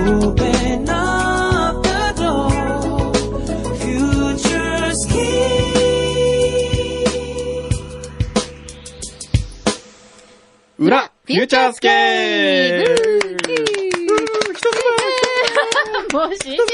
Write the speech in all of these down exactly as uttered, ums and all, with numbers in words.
Open up the door. Future's key. 裏、フューチャースケープもう信じられない、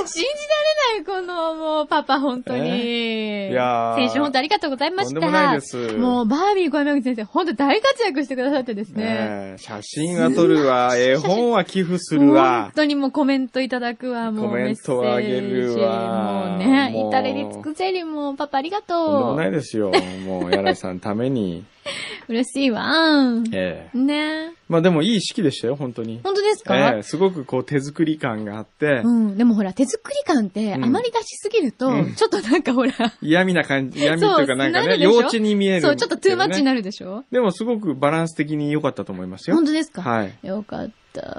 信じられない、この、もう、パパ、本当に。 えー、いやー。 先週本当ありがとうございました。 とんでもないです。 もう、バービー小山口先生、本当大活躍してくださってですね。 ね写真は撮るわ、絵本は寄付するわ。 本当にもうコメントいただくわ、もう。 コメントをあげるわ。 もうね、至れり尽くせり、もう、パパありがとう。 とんでもないですよ。もう、柳井さんのために。 嬉しいわ。 ええ。 ね。 まあでもいい式でしたよ、本当に。 本当ですか？ ええ、すごくこう手作り感があって。 うん。でもほら、手作り感ってあまり出しすぎると、うん、ちょっとなんかほら。 嫌味な感じ、嫌味っていうかなんかね、幼稚に見える、ね。 そう、ちょっとトゥーマッチになるでしょ？ でもすごくバランス的に良かったと思いますよ。 本当ですか？ はい。 よかった。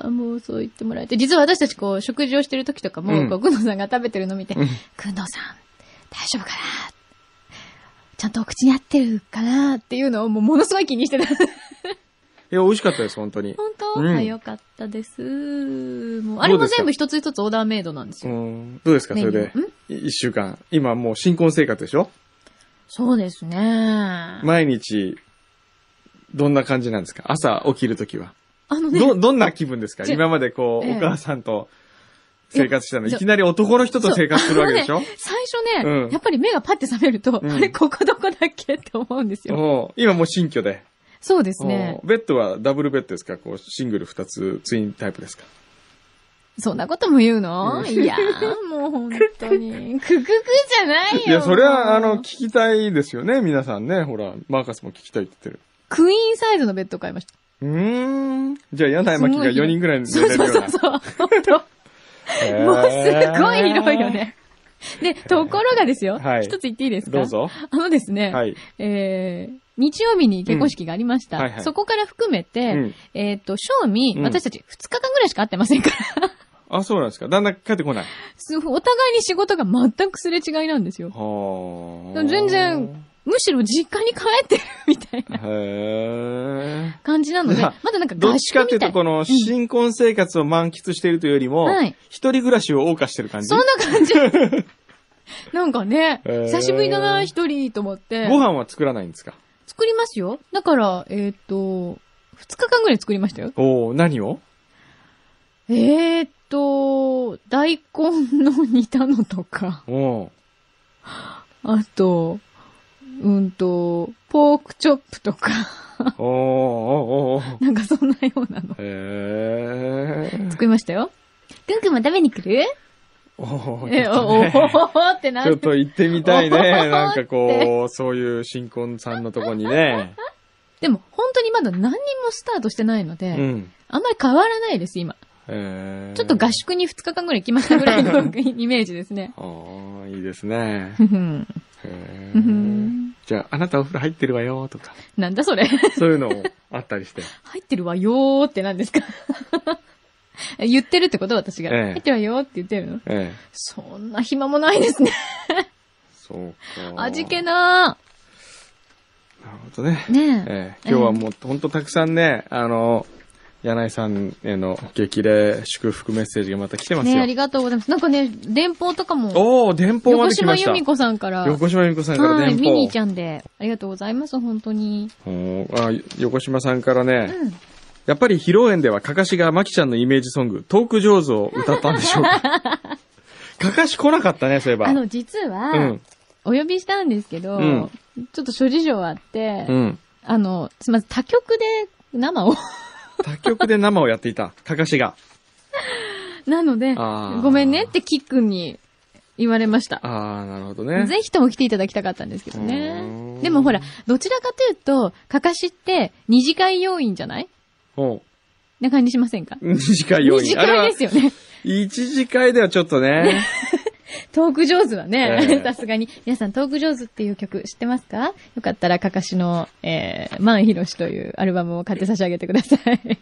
もうそう言ってもらえて。実は私たちこう、食事をしてる時とかも、うん、こう、くんのさんが食べてるのを見て、くんのさん、大丈夫かな？ちゃんとお口に合ってるかなっていうのをもうものすごい気にしてた。いや、美味しかったです、本当に。 本当？うん、あ、よかったです。もう、あれも全部一つ一つオーダーメイドなんですよ。 うん。どうですか、それで。一週間。今もう新婚生活でしょ？ そうですね。 毎日、どんな感じなんですか？朝起きるときは。 あのね。 ど、どんな気分ですか？今までこう、ええ、お母さんと、生活したの。いきなり男の人と生活するわけでしょ？ ね、最初ね、うん、やっぱり目がパッて覚めると、うん、あれ、ここどこだっけって思うんですよ。 今もう新居で。 そうですね。 ベッドはダブルベッドですか？こう、シングル二つ、ツインタイプですか？ そんなことも言うの？いやー、もう本当に。くくくじゃないよ。 いや、それは、あの、聞きたいですよね、皆さんね。ほら、マーカスも聞きたいって言ってる。 クイーンサイズのベッドを買いました。 うーん。じゃあ、柳井真紀がよにんぐらい寝れるような。 そうそうそう。本当もうすごい広いよね。で、ところがですよ。はい。一つ言っていいですか？ どうぞ。 あのですね。 はい。 えー、日曜日に結婚式がありました。うんはいはい、そこから含めて、うん、えっと、正味、うん、私たちふつかかんぐらいしか会ってませんから。あ、 そうなんですか。だんだん帰ってこない。 お互いに仕事が全くすれ違いなんですよ。はー。全然、むしろ実家に帰ってるみたいなへ感じなので、まだなんか合宿みたいどっちかっていうと、この新婚生活を満喫しているというよりも、はい、一人暮らしを謳歌してる感じ。 そんな感じ。なんかね、久しぶりだな、一人と思って。 ご飯は作らないんですか？ 作りますよ。だから、えっと、二日間ぐらい作りましたよ。 おー、何を？ えーっと、大根の煮たのとか。 おー。 あと、うんと、ポークチョップとか。 おーおーおーなんかそんなようなの。 へー。 作りましたよ。くんくんも食べに来る？ おー、 え、おーってなって。 ちょっと行ってみたいね。なんかこう、そういう新婚さんのとこにね。 でも本当にまだ何にもスタートしてないので、うん、あんまり変わらないです、今。 へー。 ちょっと合宿にふつかかんぐらい行きましたぐらいのイメージですね。 ああ、いいですね。 へー。 じゃあ、あなたお風呂入ってるわよとか。 なんだそれ。 そういうのあったりして。 入ってるわよーって何ですか？言ってるってこと私が、ええ。入ってるわよって言ってるの、ええ、そんな暇もないですね。 そうか。 味気なー。なるほどね。 ねえ。ええ、今日はもうほんとたくさんね、あの、柳井さんへの激励、祝福メッセージがまた来てますよ。 ね、ありがとうございます。なんかね、電報とかも。 おー、電報まで来ました。 横島由美子さんから。 横島由美子さんから電報。 はい、ミニーちゃんで。ありがとうございます、本当に。 あ、横島さんからね、うん、やっぱり披露宴ではかかしがまきちゃんのイメージソング、トーク上手を歌ったんでしょうか。かかし来なかったね、そういえば。 あの、実は、うん、お呼びしたんですけど、うん、ちょっと諸事情あって、うん、あの、すみません、他局で生を。 他局で生をやっていた、かかしが。 なので、ごめんねってキックンに言われました。 ああ、なるほどね。 ぜひとも来ていただきたかったんですけどね。でもほら、どちらかというと、かかしって二次会要員じゃないほう。 な感じしませんか？ 二次会要員。 二次会ですよね。 一次会ではちょっとね。 トーク上手はね、さすがに。皆さん、トーク上手っていう曲知ってますか？よかったら、かかしの、えー、万博というアルバムを買って差し上げてください。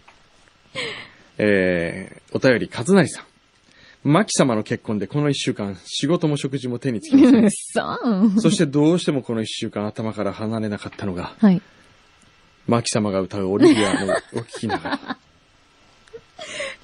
えー、お便り、かずなりさん。マキ様の結婚でこの一週間、仕事も食事も手につきません。 そそしてどうしてもこの一週間頭から離れなかったのが、 はい。 マキ様が歌うオリビアのお聞きながら。 勘弁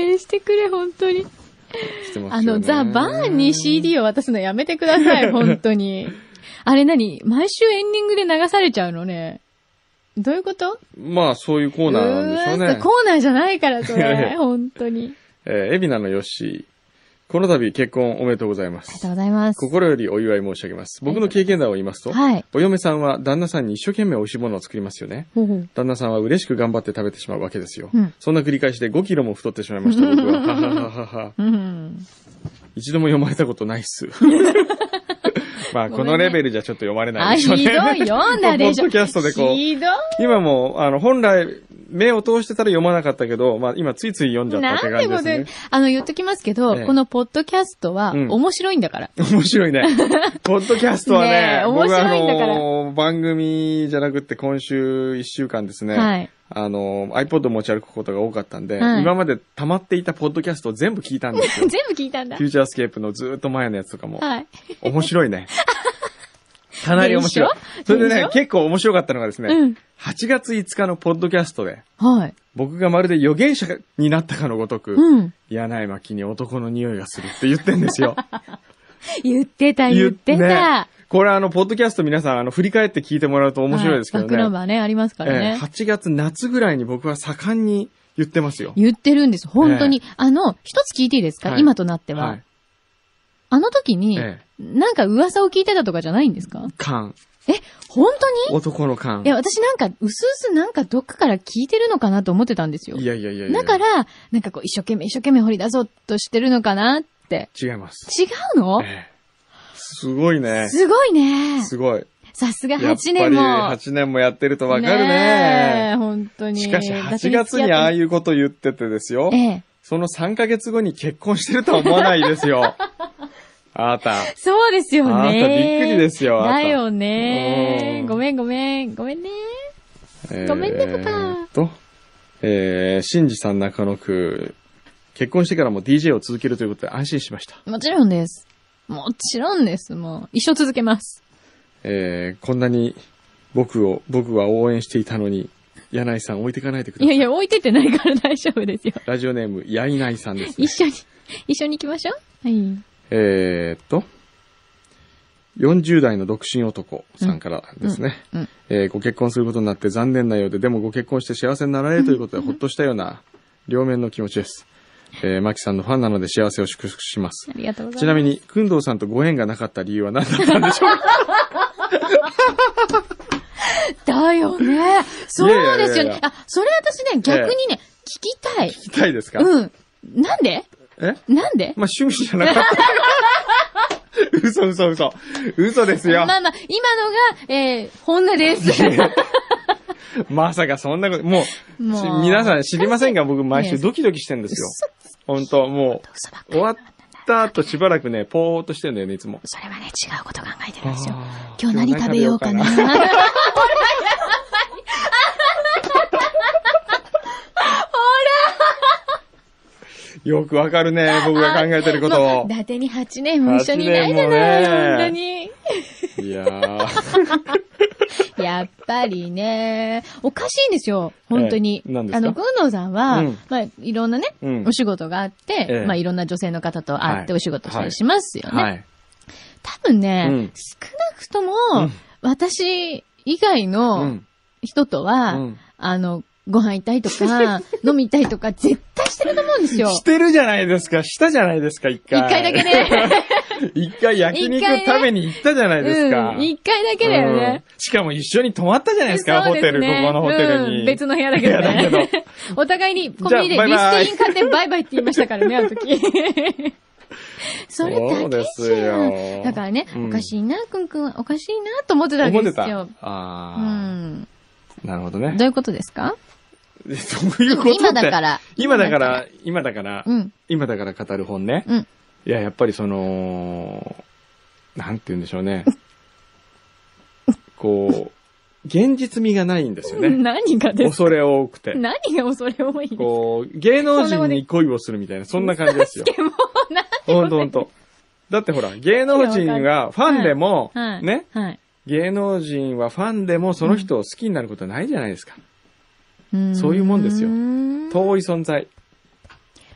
援してくれ、本当に。 してますよね。 あの、ザ・バーンに シーディー を渡すのやめてください、本当に。あれ何毎週エンディングで流されちゃうのね。どういうこと？ まあ、そういうコーナーなんでしょうね。 うーんコーナーじゃないから、それ。本当に。 えー、エビナのヨッシー。この度結婚おめでとうございまありがす。 とうございます。 心よりお祝い申し上げます。僕の経験談を言いますと、 はい。 お嫁さんは旦那さんに一生懸命美味しいものを作りますよね。 ほうほう。 旦那さんは嬉しく頑張って食べてしまうわけですよ。 うんそんな繰り返しでごキロも太ってしまいました、僕は。ははははは。 うん。 一度も読まれたことないっす。まあ、 ごめんねこのレベルじゃちょっと読まれなあ、 いでしょうね。 ひどい、読んだでしょ。 ポッドキャストでこうひどい。 今も、あの、本来、目を通してたら読まなかったけど、まあ、今ついつい読んじゃったってなん感じですねてこと言う。あの、言っときますけど、 ええこのポッドキャストはうん面白いんだから。 面白いね。ポッドキャストはね、 ねえ面白いんだから僕はあの、番組じゃなくって今週一週間ですね、 はい。 あの、iPod 持ち歩くことが多かったんで、 はい今まで溜まっていたポッドキャストを全部聞いたんですよ。 全部聞いたんだフ。ューチャースケープのずーっと前のやつとかも。 はい。 面白いね。かなり面白いでしょ。 それででしょ、 ね結構面白かったのがですね、 うん。 はちがついつかのポッドキャストで、 はい。 僕がまるで預言者になったかのごとく、 うん。 柳井巻に男の匂いがするって言ってんですよ。 言ってた、言ってねた。 これあの、ポッドキャスト皆さん、あの、振り返って聞いてもらうと面白いですけどはいバックナンね。 バーね、ありますからええね。 はちがつ夏ぐらいに僕は盛んに言ってますよ。 言ってるんです。本当に。あの、一つ聞いていいですか、 はい今となっては。 はい。 あの時に、 ええなんか噂を聞いてたとかじゃないんですか缶。 え、本当に男の缶。 いや、私なんか、うすうすなんかどっかから聞いてるのかなと思ってたんですよ。 いやいやいやいや。 だから、なんかこう、一生懸命一生懸命掘り出そうとしてるのかなって。 違います。 違うの、 ええすごいね。 すごいね。 すごい。 さすがやっはちねんも。 ぱりはちねんもやってるとわかるねねえ。本当に。 しかしはちがつにああいうこと言っててですよ。 ええ。 そのさんかげつごに結婚してるとは思わないですよ。あなた。 そうですよね。 あなたびっくりですよあなただよねうん。 ごめんごめん。ごめんね。ごめんねパパえーっと、えー、新次さん中野区、結婚してからも ディージェー を続けるということで安心しました。 もちろんです。もちろんです。もう、一生続けます。 えー、こんなに僕を、僕は応援していたのに、柳井さん置いてかないでください。 いやいや、置いてってないから大丈夫ですよ。 ラジオネーム、やいないさんです、ね。 一緒に、一緒に行きましょう。はい。 えーっと、よんじゅう代の独身男さんからですね。 うんうんえーご結婚することになって残念なようで、でもご結婚して幸せになられるということでほっとしたような両面の気持ちです。えー、マキさんのファンなので幸せを祝福します。 ありがとうございます。 ちなみに、くんどうさんとご縁がなかった理由は何だったんでしょうかだよね。そうですよね。 いやいやいやあ、それ私ね、逆にね、聞きたい。 聞きたいですか、 うん。なんでえなんでまあ、趣味じゃなかった。嘘嘘嘘。嘘ですよ。 まあまあ、今のが、えー、本音です。 まさかそんなこと、もう、 もうし皆さん知りませんが、僕毎週ねドキドキしてんですよ。本当も嘘ばっかう、終わった後しばらくね、ぽーっとしてんだよね、いつも。 それはね、違うこと考えてるんですよ。 あー今日何食べようかな。 今日何食べようよくわかるね、僕が考えてることもうを。 伊達にはちねんも一緒にいないじゃない、 はちねんもね本当に。 いやー。 やっぱりね、おかしいんですよ、本当に。 ええ何ですかあの、くんのうさんは、 うんまあ、いろんなね、 うんお仕事があって、 ええまあ、いろんな女性の方と会ってはいお仕事したりしますよね。 はい。 多分ね、 うん少なくとも、 うん私以外うのん。 人とは、 うんあの、ご飯行ったりとか、飲み行ったりとか、絶対してると思うんですよ。 してるじゃないですか。したじゃないですか、一回。 一回だけね。 一回焼肉一回ね食べに行ったじゃないですか。 うん。一回だけだよね。 うんしかも一緒に泊まったじゃないですか、ホテル、 そうですねここのホテルに。 うん別の部屋だけど部屋だけどね。お互いにコンビニでじゃあバイリバイステリン買ってバイバイって言いましたからね、あの時。それそうだけですじゃん。 よ。 だからね、 うんおかしいな、くんくんはおかしいなと思ってたわけ思ってた。 ですよ。 ああ、 うん。 なるほどね。 どういうことですか？ どういうことって今だから。 今だから、今だから、 うん。 今だから語る本ね。 うん。 いや、やっぱりその、なんて言うんでしょうね。こう、現実味がないんですよね。 何がですか？ 恐れ多くて。 何が恐れ多いんですか？ こう、芸能人に恋をするみたいな、そんな感じですよ。 もう何ほんとほんと。だってほら、芸能人がファンでも、 はい。 ね、 はい。 芸能人はファンでもその人を好きになることはないじゃないですか。 うんそういうもんですようーん遠い存在。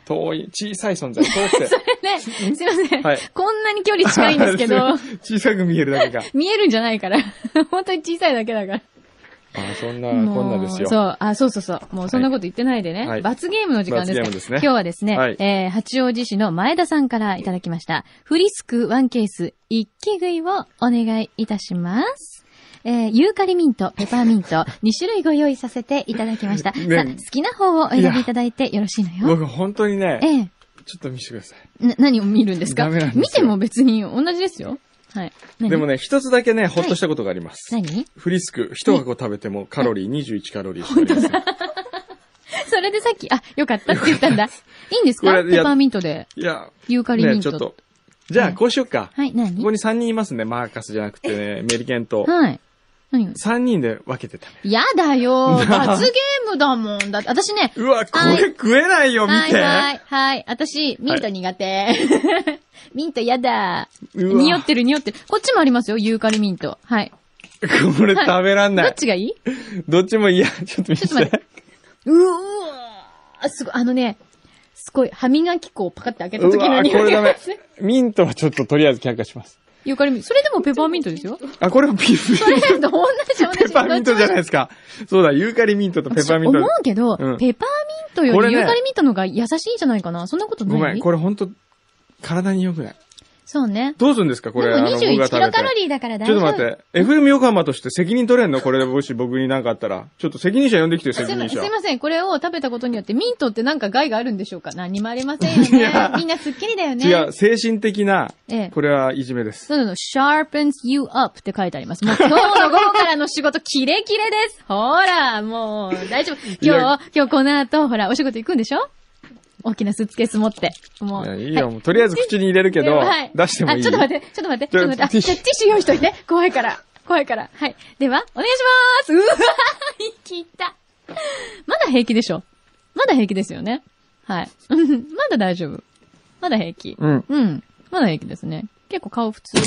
遠い、小さい存在、遠くて。 ね、すいません。 はいこんなに距離近いんですけど、 小さく見えるだけか。 見えるんじゃないから。本当に小さいだけだから。 ああ、そんな、こんなですよ。 そう、あ、そうそうそう。もうそんなこと言ってないでね。 はい罰ゲームの時間ですから。 罰ゲームですね今日はですね、 はいえー、八王子市の前田さんからいただきました。フリスクワンケース一気食いをお願いいたします。えー、ユーカリミント、ペパーミント、に種類ご用意させていただきました。 ねさあ、好きな方をお選びいただいてよろしいのよ。 僕本当にね、 ええちょっと見せてくださな、何を見るんですか？ ダメなんですよ見ても別に同じですよ。はい。 い。 何でもね、一つだけね、ほっとしたことがあります。 何フリスク、一箱食べてもカロリーにじゅういちカロリーしかありません。 それでさっき、あ、よかったって言ったんだ。いいんですか？ これいやペパーミントで。 いや、 ユーカリミね、 ント。 ちょっと。じゃあ、こうしよっか。 はい、何ここにさんにんいますね。マーカスじゃなくてね、メリケンと。 はい。何がさんにんで分けてた。 やだよ。罰ゲームだもん。だって、私ね。 うわ、こはいれ食えないよ、見て。 はい、はい、はい。私、ミント苦手。ミントやだ。 うわ匂ってる、匂ってる。こっちもありますよ、ユーカリミント。はい。 これ食べらんない。 どっちがいい？ どっちも嫌。ちょっと見せちょっと待ってて。 うわーすごい、あのね、すごい、歯磨き粉をパカって開けたうわ、 時の匂これダメいがする。。 ミントはちょっととりあえず却下します。 ユーカリミント。それでもペパーミントですよ。 あ、これもピーそれと同じ同じ。 ペパーミントじゃないですか。そうだ、ユーカリミントとペパーミント。 私思うけど、 うんペパーミントよこれねりユーカリミントの方が優しいんじゃないかな。そんなことない？ ごめん、これほんと、体に良くない。 そうね。 どうするんですかこれ。 でもあのにじゅういちキロカロー。 リーだから大ちょ丈夫。 っと待って。エフエム 横浜として責任取れんのこれでもし僕に何かあったら。ちょっと責任者呼んできてよ、 すいま責任者。 すいません。これを食べたことによってミントってなんか害があるんでしょうか？何にもありませんよいやね。みんなスッキリだよね。 違う、精神的な、 ええこれはいじめです。 そうなの、sharpens you up って書いてあります。もう今日の午後からの仕事キレキレです。ほら、もう大丈夫。 いや今日、今日この後、ほら、お仕事行くんでしょ？大きなスーツケース持って。もう。 いやいいよ、 はいもうとりあえず口に入れるけど、 はい出してもいい。 あ、ちょっと待って、ちょっと待って、ちょっと待って。あ、 ティッシュじゃあティッシュ用意しといて。怖いから。怖いから。はい。では、お願いします。うわ生きた。まだ平気でしょ？まだ平気ですよね。はい。まだ大丈夫。まだ平気。 うん。 うん。まだ平気ですね。結構顔普通。あ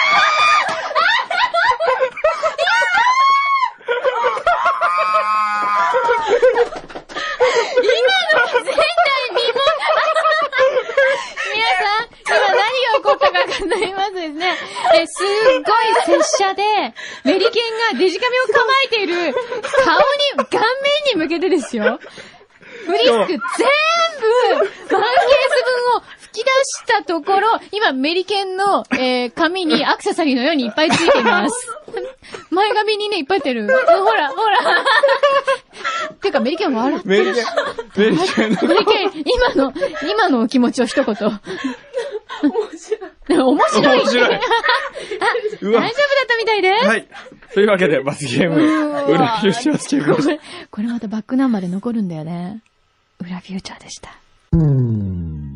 なりますですね。え、すっごい拙者で、メリケンがデジカメを構えている顔に、顔面に向けてですよ。フリスク全部、ワンケース分を吹き出したところ、今メリケンの、えー、髪にアクセサリーのようにいっぱいついています。前髪にね、いっぱいついてる。ほら、ほら。てか、メリケン笑ってる。 メリケン、メリケンの。 メリケン、今の、今のお気持ちを一言。面白い。面白い。 面白い。 あ、 うわ大丈夫だったみたいです。 はい。というわけで、罰ゲーム、裏フューチャースケープでした。 これまたバックナンバーで残るんだよね。裏フューチャーでした。 うん。